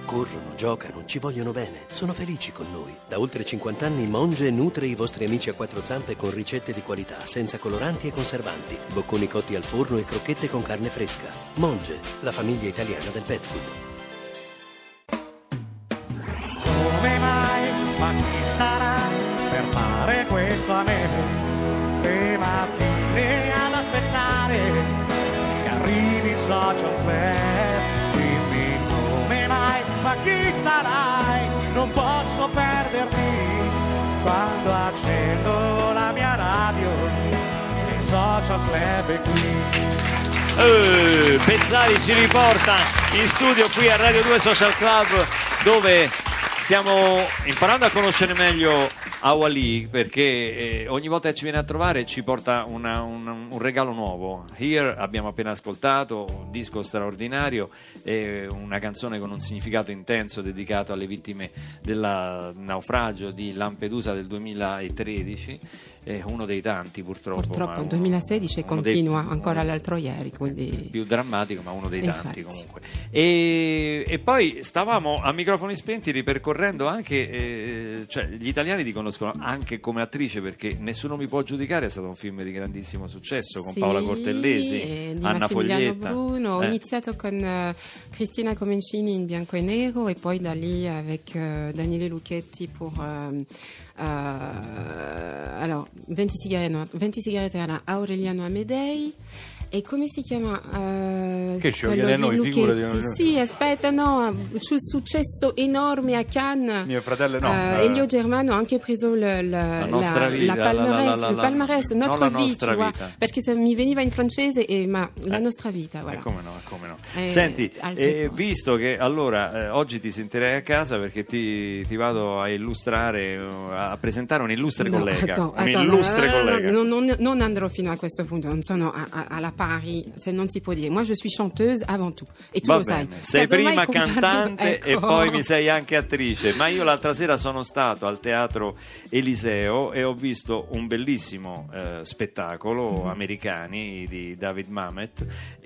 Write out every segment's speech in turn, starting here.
corrono, giocano, ci vogliono bene, sono felici con noi. Da oltre 50 anni Monge nutre i vostri amici a quattro zampe con ricette di qualità, senza coloranti e conservanti, bocconi cotti al forno e crocchette con carne fresca. Monge, la famiglia italiana del pet food. Come mai, ma chi sarà per fare questo a me? Le mattine ad aspettare che arrivi il social club. Dimmi come mai, ma chi sarai? Non posso perderti quando accendo la mia radio. Il social club è qui. Pezzali ci riporta in studio qui a Radio 2 Social Club, dove stiamo imparando a conoscere meglio Awali, perché ogni volta che ci viene a trovare ci porta un regalo nuovo. Here abbiamo appena ascoltato un disco straordinario, una canzone con un significato intenso dedicato alle vittime del naufragio di Lampedusa del 2013, uno dei tanti purtroppo il 2016 continua ancora l'altro ieri, quindi più drammatico, ma uno dei tanti infatti. comunque. E poi stavamo a microfoni spenti ripercorrendo anche, cioè gli italiani ti conoscono anche come attrice, perché Nessuno mi può giudicare è stato un film di grandissimo successo con Paola Cortellesi, di Anna Massimiliano Foglietta. Bruno. Ho iniziato con Cristina Comencini in bianco e nero et poi da lì avec Daniele Lucchetti pour alors 20 sigarette era Aureliano Amedei. E come si chiama? Che sciogliere noi, figurati. Sì, aspetta, no, sul successo enorme a Cannes. Mio fratello no. Elio Germano ha anche preso la palmarès, Notre Vie, tu vois, perché se mi veniva in francese, ma La nostra vita, voilà. Come no. Senti, visto che allora oggi ti sentirei a casa, perché ti vado a illustrare, a presentare un illustre collega. Collega. Non andrò fino a questo punto, non sono alla pari, se non si può dire. Moi je suis chanteuse avant tout, e tu lo sai. Sei prima cantante e poi mi sei anche attrice. Ma io l'altra sera sono stato al Teatro Eliseo e ho visto un bellissimo spettacolo americani di David Mamet,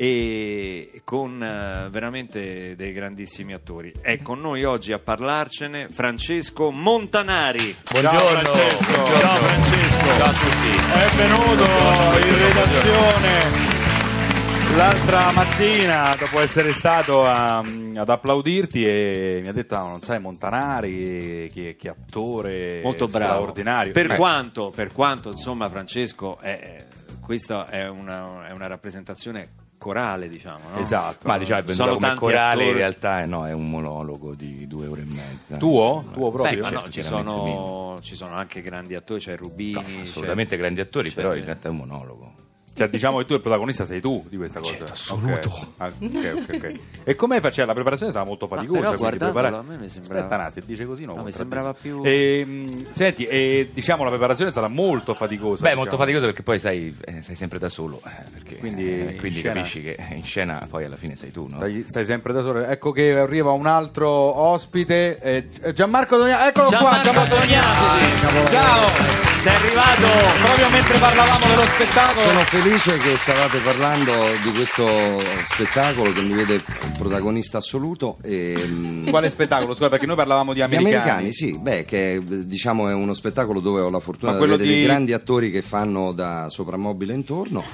e con veramente dei grandissimi attori. È con noi oggi a parlarcene Francesco Montanari. Buongiorno. Ciao Francesco. Ciao a tutti. È venuto in redazione l'altra mattina dopo essere stato ad applaudirti, e mi ha detto non sai Montanari che attore molto bravo, straordinario. Per quanto insomma Francesco questa è una rappresentazione corale, diciamo, no? Esatto. Ma diciamo è venuto come corale attori. In realtà no, è un monologo di 2 ore e mezza. Tuo proprio? Ma certo, ci sono anche grandi attori, c'è Rubini, assolutamente grandi attori, però in realtà è un monologo. Cioè, diciamo che tu il protagonista sei tu di questa cosa. Certo, assoluto. Ok. E come faceva? La preparazione stava molto faticosa. Però guardandolo, a me mi sembrava. Aspetta, Nati, dice così, no? Mi sembrava più. Senti, diciamo la preparazione è stata molto faticosa. Molto faticosa, perché poi sei sempre da solo. Perché, quindi capisci che in scena poi alla fine sei tu, no? Stai sempre da solo. Ecco che arriva un altro ospite, Gianmarco Dognazzi. Eccolo qua, Gianmarco Dognazzi. Ciao. Sei arrivato proprio mentre parlavamo dello spettacolo. Sono felice che stavate parlando di questo spettacolo che mi vede protagonista assoluto. Quale spettacolo? Scusa, perché noi parlavamo di americani. Gli americani, sì, che diciamo è uno spettacolo dove ho la fortuna di avere dei grandi attori che fanno da soprammobile intorno,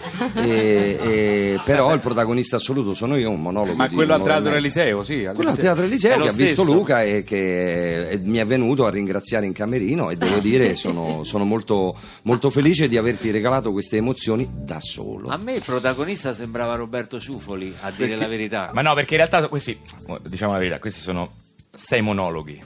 però il protagonista assoluto sono io, un monologo. Ma di quello al Teatro mezza. Eliseo, sì. Quello al Teatro Eliseo che ha visto stesso. Luca e che mi è venuto a ringraziare in camerino, e devo dire sono molto, molto felice di averti regalato queste emozioni da solo. A me il protagonista sembrava Roberto Ciufoli, a dire la verità. Ma no, perché in realtà questi, diciamo la verità, questi sono 6 monologhi.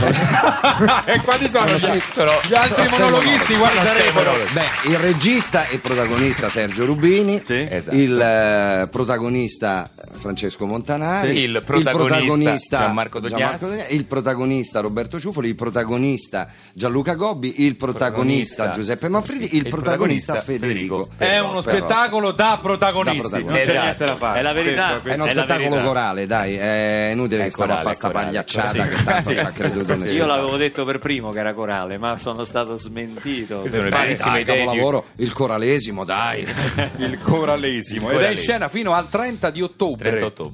E quali sono gli altri monologhisti? Quali sarebbero? Il regista e protagonista Sergio Rubini, Sì, esatto. Il protagonista Francesco Montanari, il protagonista Gianmarco Dognazzi, il protagonista Roberto Ciufoli, il protagonista Gianluca Gobbi, il protagonista Giuseppe Manfredi, il protagonista Federico. È uno spettacolo da protagonisti, non c'è niente da fare. È la verità. È uno spettacolo corale, dai, è inutile che stiamo a fare sta pagliacciata che tanto ci ha creduto nessuno. Io l'avevo detto per primo che era corale, ma sono stato smentito. Dai, capolavoro, il coralesimo, dai. Il coralesimo. Ed è in scena fino al 30 di ottobre. 30 ottobre, sì.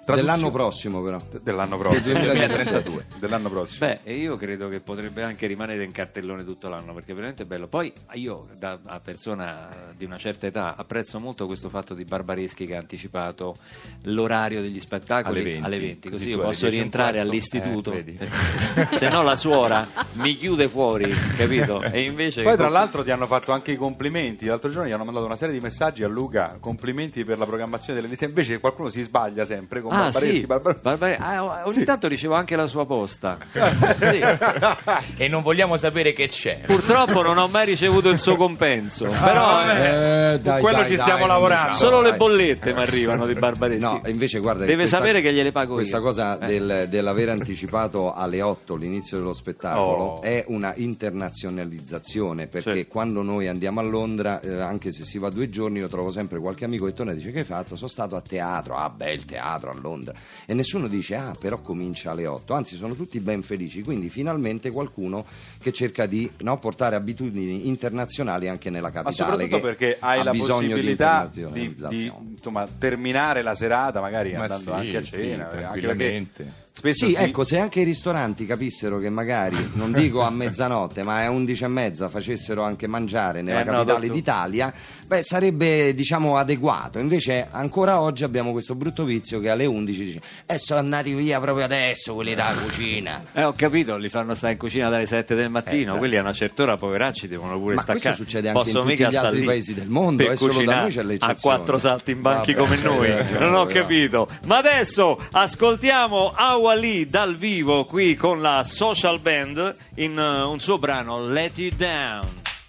Dell'anno prossimo però. Dell'anno prossimo. Del 2032. Dell'anno prossimo. Beh, e io credo che potrebbe anche rimanere in cartellone tutto l'anno, perché è veramente bello. Poi io, da persona di una certa età, apprezzo molto questo fatto di Barbareschi che ha anticipato l'orario degli spettacoli alle 20, così io posso rientrare all'istituto, se no la suora mi chiude fuori, capito? E invece poi tra l'altro ti hanno fatto anche i complimenti. L'altro giorno gli hanno mandato una serie di messaggi a Luca, complimenti per la programmazione delle Elise. Invece qualcuno si sbaglia sempre con Barbareschi. Ogni tanto ricevo anche la sua posta. Sì. E non vogliamo sapere che c'è. Purtroppo non ho mai ricevuto il suo compenso, però quello ci stiamo lavorando. Solo le bollette mi arrivano di Barbareschi. No, invece guarda, deve sapere che gliele pago questa io. Cosa dell'aver anticipato alle 8 l'inizio dello spettacolo è una internazionalizzazione, perché quando noi andiamo a Londra, anche se si va 2 giorni, io trovo sempre qualche amico che torna e dice: che hai fatto? Sono stato a teatro. Ah beh, il teatro a Londra. E nessuno dice però comincia alle 8, anzi sono tutti ben felici, quindi finalmente qualcuno che cerca di portare abitudini internazionali anche nella capitale, ma soprattutto perché hai la possibilità di insomma, terminare la serata magari andando anche a cena, tranquillamente. Sì, ecco, se anche i ristoranti capissero che magari, non dico a mezzanotte, ma a 11:30 facessero anche mangiare nella capitale d'Italia, sarebbe adeguato. Invece ancora oggi abbiamo questo brutto vizio che alle 11 dice: sono andati via proprio adesso quelli dalla cucina. Ho capito, li fanno stare in cucina dalle 7 del mattino, quelli a una certa ora poveracci devono pure staccare. Ma questo succede anche in tutti gli altri paesi del mondo, è solo da noi c'è l'eccezione. A 4 salti in banchi come noi, non ho capito. Ma adesso ascoltiamo Awali dal vivo qui con la Social Band in un suo brano Let You Down.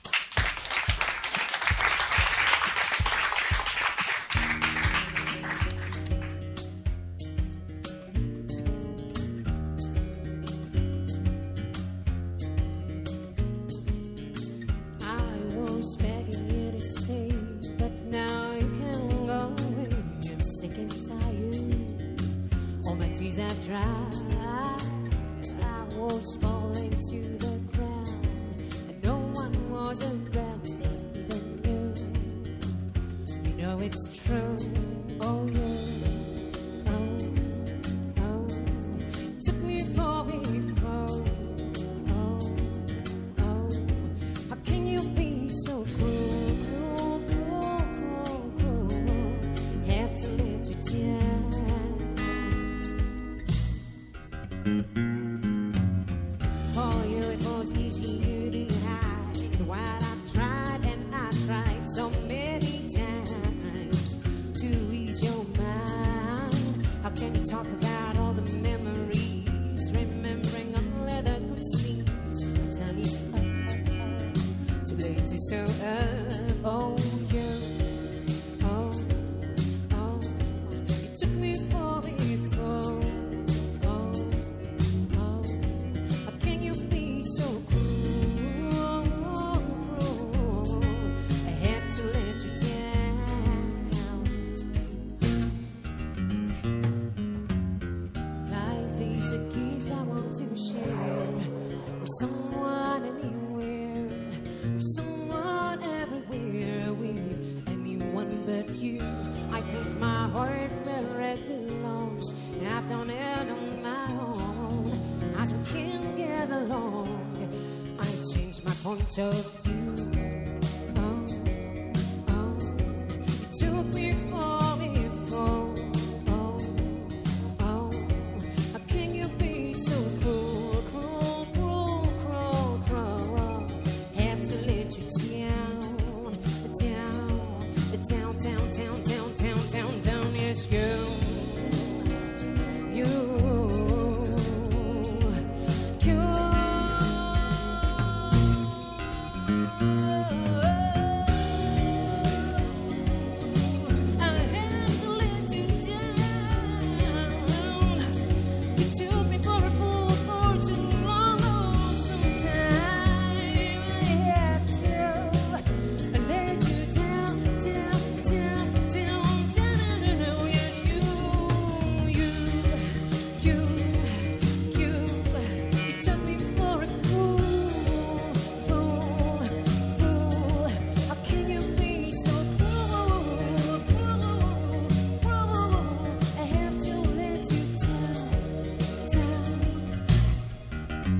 I've tried, I was falling to the ground, and no one was around, not even you. You know it's true, oh yeah, oh. It took me far before, oh. How can you be so cruel, have to let you down. For you it was easy to hide while I've tried and I tried so many times to ease your mind. How can you talk about all the memories, remembering only the good scenes? The time is up, too late to show up. Oh, you, oh, you took me for before. Someone anywhere, someone everywhere, with anyone but you. I put my heart where it belongs. I've done it on my own. As we can't get along, I changed my point of view. Oh, you took me for before. How can you be so cruel? Down, yes, you.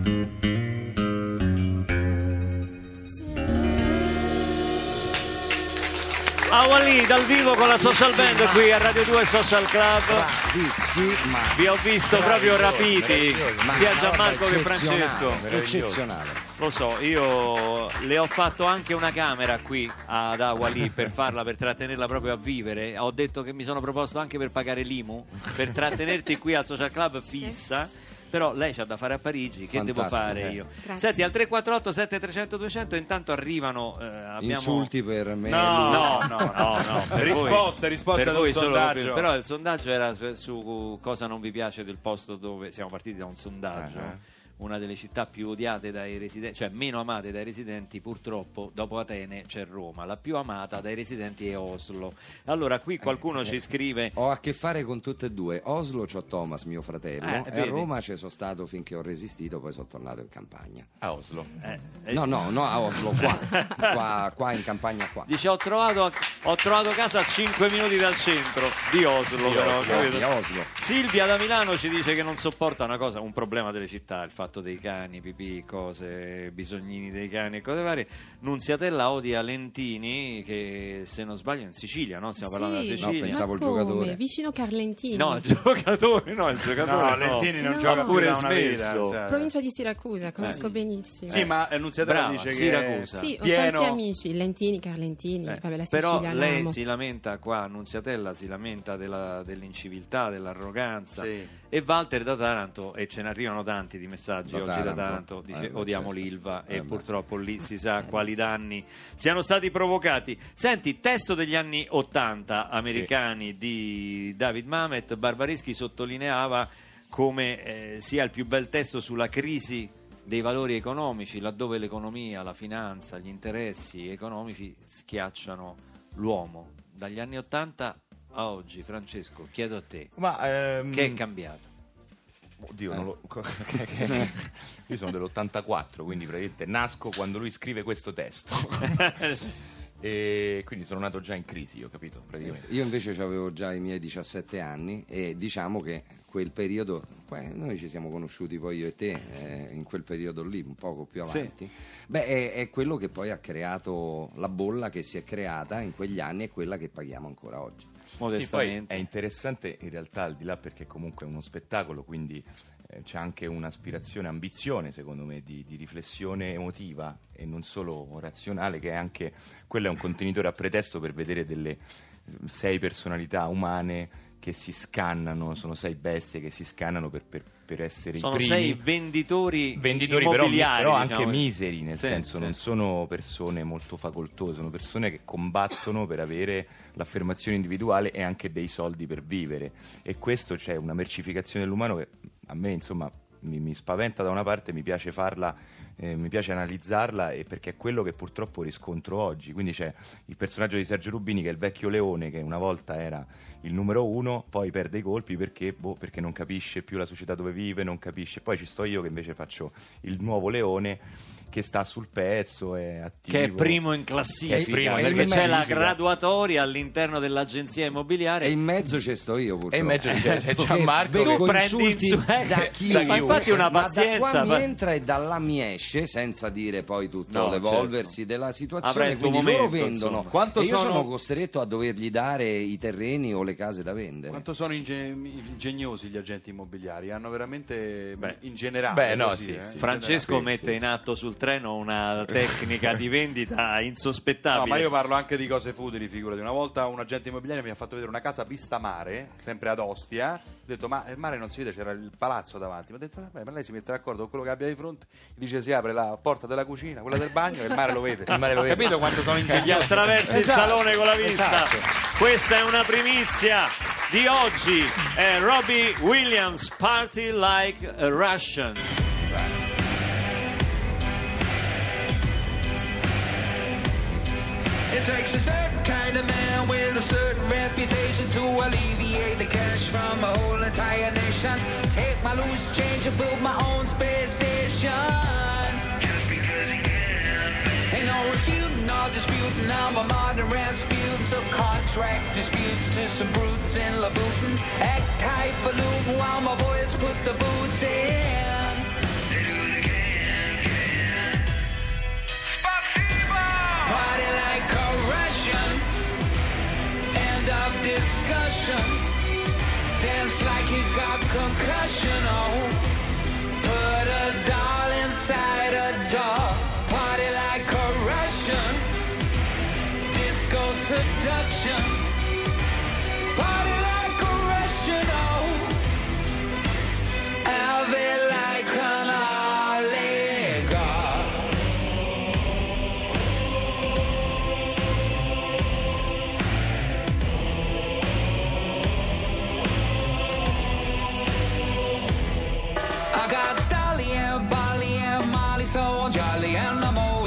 Awali dal vivo con la Social Band qui a Radio 2 Social Club. Bravissima. Vi ho visto proprio rapiti, sia Gianmarco che Francesco. Eccezionale. Lo so, io le ho fatto anche una camera qui ad Awali per trattenerla proprio a vivere. Ho detto che mi sono proposto anche per pagare l'IMU, per trattenerti qui al Social Club fissa. Però lei c'ha da fare a Parigi, che Fantastico, devo fare io? Senti, al 348 7300 200 intanto arrivano abbiamo... Insulti per me. No. Per risposte per ad voi un sondaggio. però il sondaggio era su cosa non vi piace del posto dove siamo partiti da un sondaggio. Una delle città più odiate dai residenti, cioè meno amate dai residenti, purtroppo dopo Atene c'è Roma, la più amata dai residenti è Oslo. Allora qui qualcuno ci scrive: ho a che fare con tutte e due. Oslo c'ho Thomas, mio fratello, e vedi? a Roma ci sono stato finché ho resistito, poi sono tornato in campagna. A Oslo? No, a Oslo, qua in campagna qua. Dice ho trovato casa a 5 minuti dal centro di Oslo, Di Oslo. Silvia da Milano ci dice che non sopporta un problema delle città, il fatto dei cani, pipì, cose, bisognini dei cani e cose varie. Nunziatella odia Lentini, che se non sbaglio è in Sicilia, no? Stiamo parlando della Sicilia. No, pensavo Ma il come? giocatore. Vicino Carlentini. No, il giocatore no. Lentini non gioca ha più pure da una vita, smesso. cioè. Provincia di Siracusa, conosco benissimo. Sì, ma Nunziatella Brava, dice che Siracusa. Sì, ho pieno... tanti amici, Lentini, Carlentini, vabbè, la Però Sicilia lei l'amo. si lamenta qua, Nunziatella si lamenta dell'inciviltà, dell'arroganza. Sì. E Walter da Taranto, e ce ne arrivano tanti di messaggi Da oggi da Taranto. Taranto, dice odiamo certo. l'Ilva e purtroppo lì si sa quali danni siano stati provocati. Senti, testo degli anni 80 americani di David Mamet, Barbareschi sottolineava come sia il più bel testo sulla crisi dei valori economici, laddove l'economia, la finanza, gli interessi economici schiacciano l'uomo. Dagli anni 80 a oggi, Francesco, chiedo a te, che è cambiato? Oddio, non lo... io sono dell'84, quindi praticamente nasco quando lui scrive questo testo. E quindi sono nato già in crisi, ho capito, praticamente. Io invece avevo già i miei 17 anni e diciamo che quel periodo, noi ci siamo conosciuti poi io e te in quel periodo lì, un poco più avanti. Sì. È quello che poi ha creato la bolla che si è creata in quegli anni e quella che paghiamo ancora oggi. Sì, poi è interessante in realtà, al di là, perché comunque è uno spettacolo, quindi c'è anche un'aspirazione, ambizione secondo me di riflessione emotiva e non solo razionale, che è anche quello, è un contenitore a pretesto per vedere delle 6 personalità umane che si scannano, sono 6 bestie che si scannano per essere sono i primi. 6 venditori immobiliari, però diciamo. Anche miseri, nel senso sì. Non sono persone molto facoltose, sono persone che combattono per avere l'affermazione individuale e anche dei soldi per vivere, e questo, c'è una mercificazione dell'umano che a me insomma mi spaventa da una parte, mi piace farla, mi piace analizzarla, e perché è quello che purtroppo riscontro oggi. Quindi c'è il personaggio di Sergio Rubini, che è il vecchio leone, che una volta era il numero 1, poi perde i colpi perché non capisce più la società dove vive, non capisce. Poi ci sto io che invece faccio il nuovo leone, che sta sul pezzo, è attivo, che è primo in classifica, perché c'è la graduatoria all'interno dell'agenzia immobiliare e in mezzo ci sto io, purtroppo. E in mezzo c'è Gianmarco, tu prendi da chi? Ma infatti una pazienza, ma da qua mi entra e da là mi esce, senza dire poi tutto l'evolversi della situazione. Quindi loro vendono e io sono costretto a dovergli dare i terreni o le case da vendere. Quanto sono ingegnosi gli agenti immobiliari? Hanno veramente, in generale, sì. Francesco mette in atto sul treno una tecnica di vendita insospettabile. No, ma io parlo anche di cose futili, figurati. Una volta un agente immobiliare mi ha fatto vedere una casa vista mare, sempre ad Ostia. Ho detto, ma il mare non si vede, c'era il palazzo davanti. Mi ha detto, vabbè, ma lei si mette d'accordo con quello che abbia di fronte. Gli dice, si apre la porta della cucina, quella del bagno, e il mare lo vede. Capito quanto sono ingegnosi? Attraverso il salone con la vista. Questa è una primizia di oggi. È Robbie Williams, Party Like a Russian. It takes a certain kind of man with a certain reputation to alleviate the cash from a whole entire nation. Take my loose change and build my own space station. Just because you can. Ain't no refuting or disputing. I'm a modern Rasputin. Subcontract disputes to some brutes in Louboutin. Act highfalutin while my boys put the boots in. They do the game.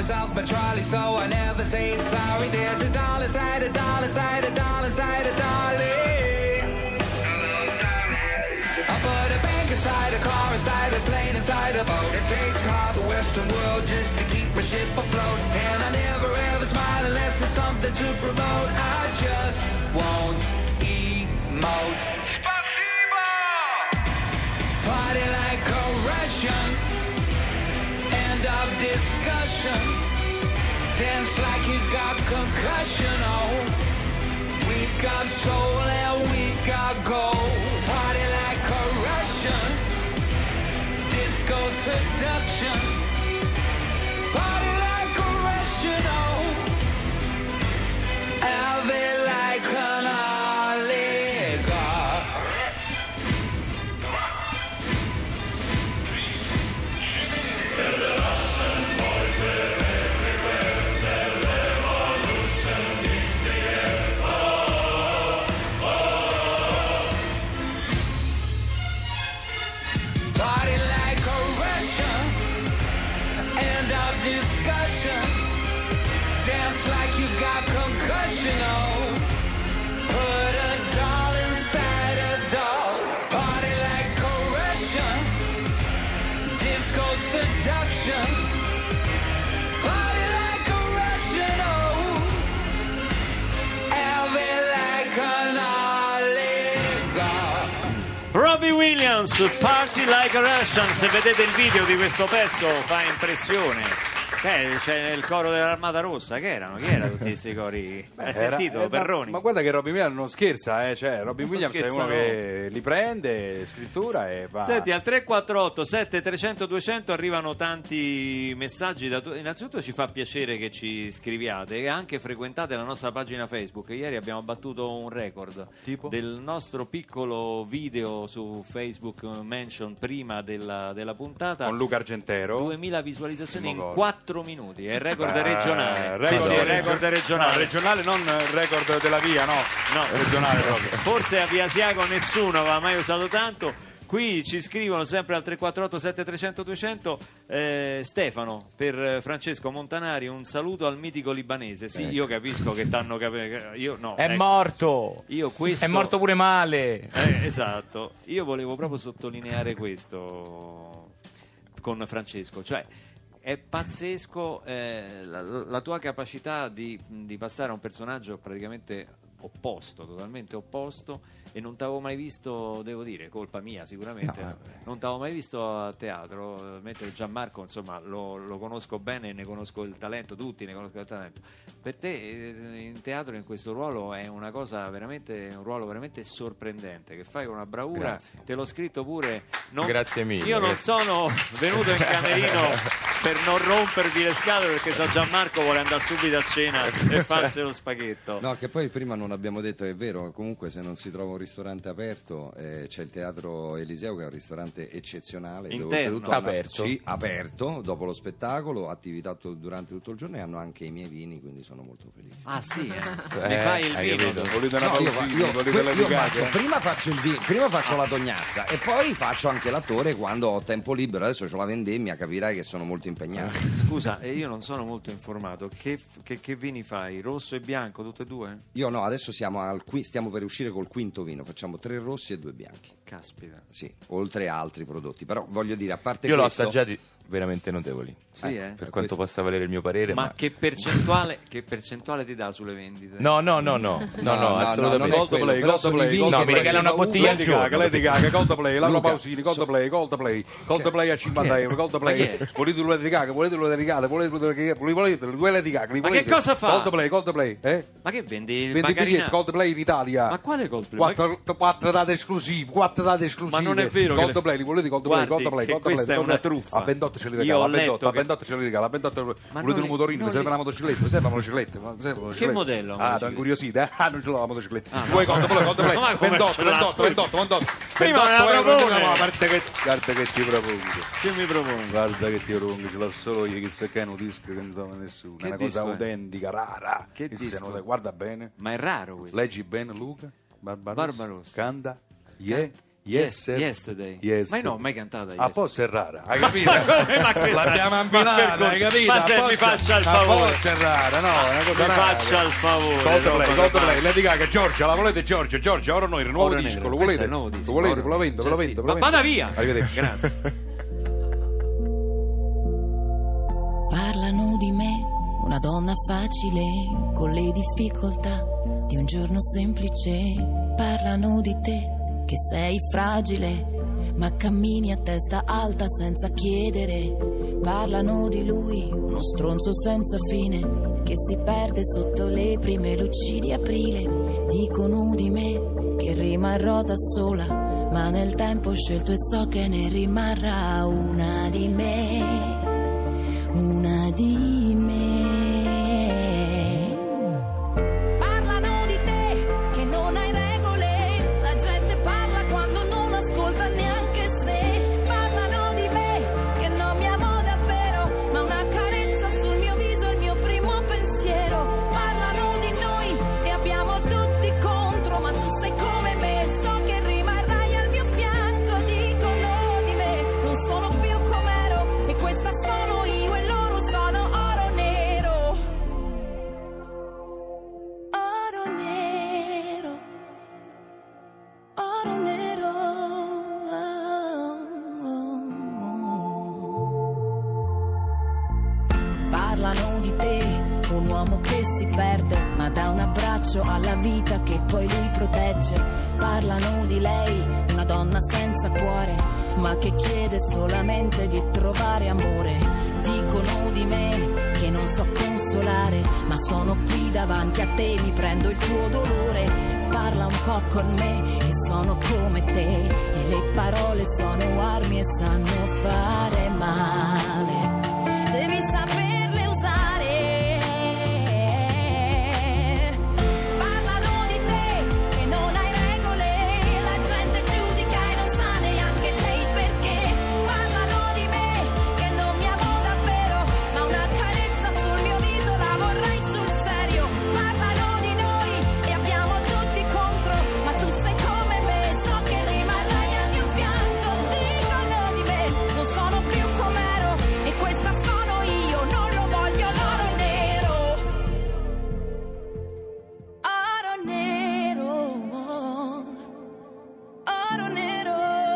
myself my trolley, so I never say sorry. There's a dollar side, a dollar side, a dollar side, a dolly. I put a bank inside a car, inside a plane, inside a boat. It takes half the Western world just to keep my ship afloat. And I never ever smile unless there's something to promote. I just won't emote. Party like a Russian. End of discussion. Dance like you got concussion. Oh, we got soul and we got gold. Party like a Russian. Disco seduction. Party like a Russian. Oh, have it like an oligarch. Party like a Russian. End of discussion. Dance like you got concussion. Oh, put a doll inside a doll. Party like a Russian. Disco seduction. Party like a Russian. Oh, have it like an oligarch. Robbie Williams, Party Like a Russian. Se vedete il video di questo pezzo fa impressione. C'è il coro dell'Armata Rossa, che erano? Chi erano tutti questi cori? Hai sentito? Perroni? Ma guarda che Robbie Williams non scherza, cioè Robbie Williams è uno scherzano. che li prende, scrittura e va. Senti, al 348 7300 200 arrivano tanti messaggi. Innanzitutto ci fa piacere che ci scriviate e anche frequentate la nostra pagina Facebook. Ieri abbiamo battuto un record Tipo? del nostro piccolo video su Facebook mention prima della puntata. Con Luca Argentero. 2000 visualizzazioni in Primo gol. 4 minuti. È il record regionale. Record, Sì, è il record regionale. No, regionale, non il record della via, no. No, Regionale proprio. Forse a Via Asiago nessuno aveva mai usato tanto. Qui ci scrivono sempre al 348 7300 200 Stefano, per Francesco Montanari un saluto al mitico libanese. Sì, io capisco che t'hanno capito. Io no. È morto. Io questo È morto pure male. esatto. Io volevo proprio sottolineare questo con Francesco, cioè è pazzesco la tua capacità di passare a un personaggio praticamente opposto, totalmente opposto, e non t'avevo mai visto, devo dire, colpa mia sicuramente, non t'avevo mai visto a teatro, mentre Gianmarco insomma lo conosco bene, ne conosco il talento, tutti ne conoscono il talento. Per te in teatro in questo ruolo è una cosa veramente, un ruolo veramente sorprendente che fai con una bravura. Grazie. Te l'ho scritto pure. Grazie mille. Io non sono venuto in camerino per non rompervi le scatole, perché so Gianmarco vuole andare subito a cena e farsi lo spaghetto. No, che poi prima non abbiamo detto, è vero, comunque se non si trova un ristorante aperto c'è il Teatro Eliseo, che è un ristorante eccezionale, dove Interno? oltretutto hanno- Aperto? sì, aperto dopo lo spettacolo, attività durante tutto il giorno, e hanno anche i miei vini, quindi sono molto felice. Ah sì, mi fai il hai vino? capito? Volete una No, io, pausina, volete la ligata? prima faccio il vino, prima faccio la tognazza e poi faccio anche l'attore quando ho tempo libero. Adesso ho la vendemmia, capirai che sono molto impegnato. Scusa, io non sono molto informato. Che vini fai? Rosso e bianco, tutte e due? Io no, adesso stiamo per uscire col quinto vino, facciamo 3 rossi e 2 bianchi. Caspita. Sì, oltre a altri prodotti. Però voglio dire, a parte Io l'ho questo, assaggiati veramente notevoli. Sì, Per quanto questo- possa valere il mio parere, Ma ma che percentuale ti dà sulle vendite? no, no, assolutamente. non è quello, però sono i vini No, che mi regala una faceva bottiglia al Lady giorno. Gaga, Lady Gaga, Coldplay, la Luca, Pausini, Coldplay a 50 euro, Coldplay, Ma chi è? volete due Lady Gaga, volete due Lady Gaga, volete due Lady Gaga, Ma che cosa fa? Coldplay, Ma che vendi il Vendi Bacarina? biglietti Coldplay in Italia. Ma quale Coldplay? 4 date esclusive, 4 date esclusive. Ma non è vero che le- Coldplay, li volete Coldplay, Guardi, Coldplay, che Coldplay. questa è una truffa. A 28 ce li Io regala, ho a 28, letto a che- 28 ce li regala, a 28 Ma volete non un motorino, non mi serve li- una motocicletta, mi serve una motocicletta, mi serve una motocicletta. modello? Ah, Motocicletta? da incuriosita, non ce l'ho la motocicletta. Ah, no. Vuoi Coldplay, Ma come 28, ce l'ha? 28. Prima me la propone. No, guarda che ti propongo. Che mi proponi? Guarda che ti propongo, ce l'ho solo io, chissà che è un disco che non trova nessuno. Che È una cosa disco è? autentica, rara. Che se disco? guarda bene. Ma è raro questo. Leggi bene Luca Barbarossa. Barbarossa. Canta. Yeah. Yesterday. Ma no, mai cantata A posto è rara, hai capito? Ma che L'abbiamo ambinata, hai capito? Ma se mi faccia il favore. A posto è rara, no, è una cosa Mi rara. faccia il favore. Coldplay, Lady Gaga, Giorgia, la volete Giorgia, ora noi, il nuovo Oro disco, Nero, lo questo volete? è il nuovo disco, Lo volete? Oro Ve lo vendo, ve lo Sì, vendo, sì. ve lo Ma vendo. vada via. Arrivederci. Grazie. Parlano di me, una donna facile, con le difficoltà di un giorno semplice. Parlano di te, che sei fragile, ma cammini a testa alta senza chiedere. Parlano di lui, uno stronzo senza fine, che si perde sotto le prime luci di aprile. Dicono di me, che rimarrò da sola, ma nel tempo ho scelto e so che ne rimarrà una di me. Una di me. Parlano di te che non hai regole, la gente parla quando non ascolta neanche se. Parlano di me che non mi amo davvero, ma una carezza sul mio viso è il mio primo pensiero. Parlano di noi e abbiamo tutti contro, ma tu sei come me, so che rimarrai al mio fianco. Dicono di me, non sono più com'ero e questa sono io. Parlano di te, un uomo che si perde, ma dà un abbraccio alla vita che poi lui protegge. Parlano di lei, una donna senza cuore, ma che chiede solamente di trovare amore. Dicono di me che non so consolare, ma sono qui davanti a te, mi prendo il tuo dolore. Parla un po' con me, che sono come te, e le parole sono armi e sanno fare male. Devi saperle usare. Parlano di te che non hai regole, la gente giudica e non sa neanche lei perché. Parlano di me che non mi amo davvero, ma una carezza sul mio viso la vorrei sul serio. Parlano di noi e abbiamo tutti contro, ma tu sei come me, so che rimarrai al mio fianco. Dicono di me, non sono più com'ero e questa sono io, non lo voglio l'oro nero. Oro nero, oro nero.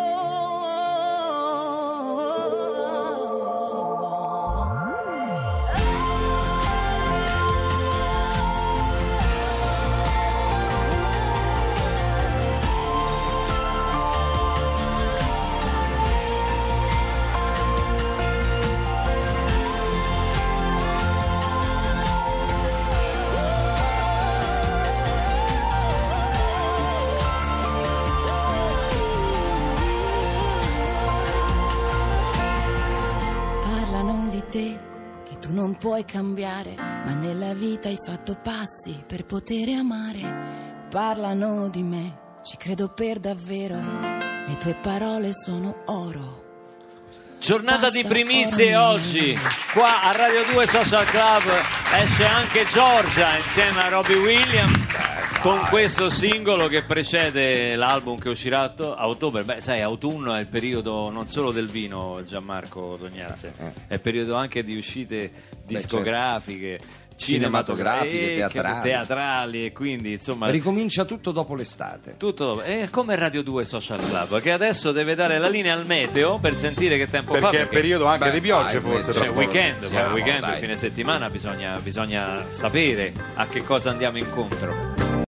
Parlano di te che tu non puoi cambiare, ma nella vita hai fatto passi per poter amare. Parlano di me, ci credo per davvero, le tue parole sono oro. Giornata Basta di primizie oro oggi, qua a Radio 2 Social Club esce anche Giorgia insieme a Robbie Williams con questo singolo che precede l'album che uscirà a ottobre. Beh, sai, autunno è il periodo non solo del vino, Gianmarco Tognazzi, è il periodo anche di uscite discografiche, cinematografiche, teatrali, e quindi insomma ricomincia tutto dopo l'estate. tutto dopo. È come Radio 2 Social Club che adesso deve dare la linea al meteo per sentire che tempo fa, Perché è periodo anche di piogge, forse. c'è tra il poco. weekend, Siamo, il dai. fine settimana bisogna sapere a che cosa andiamo incontro.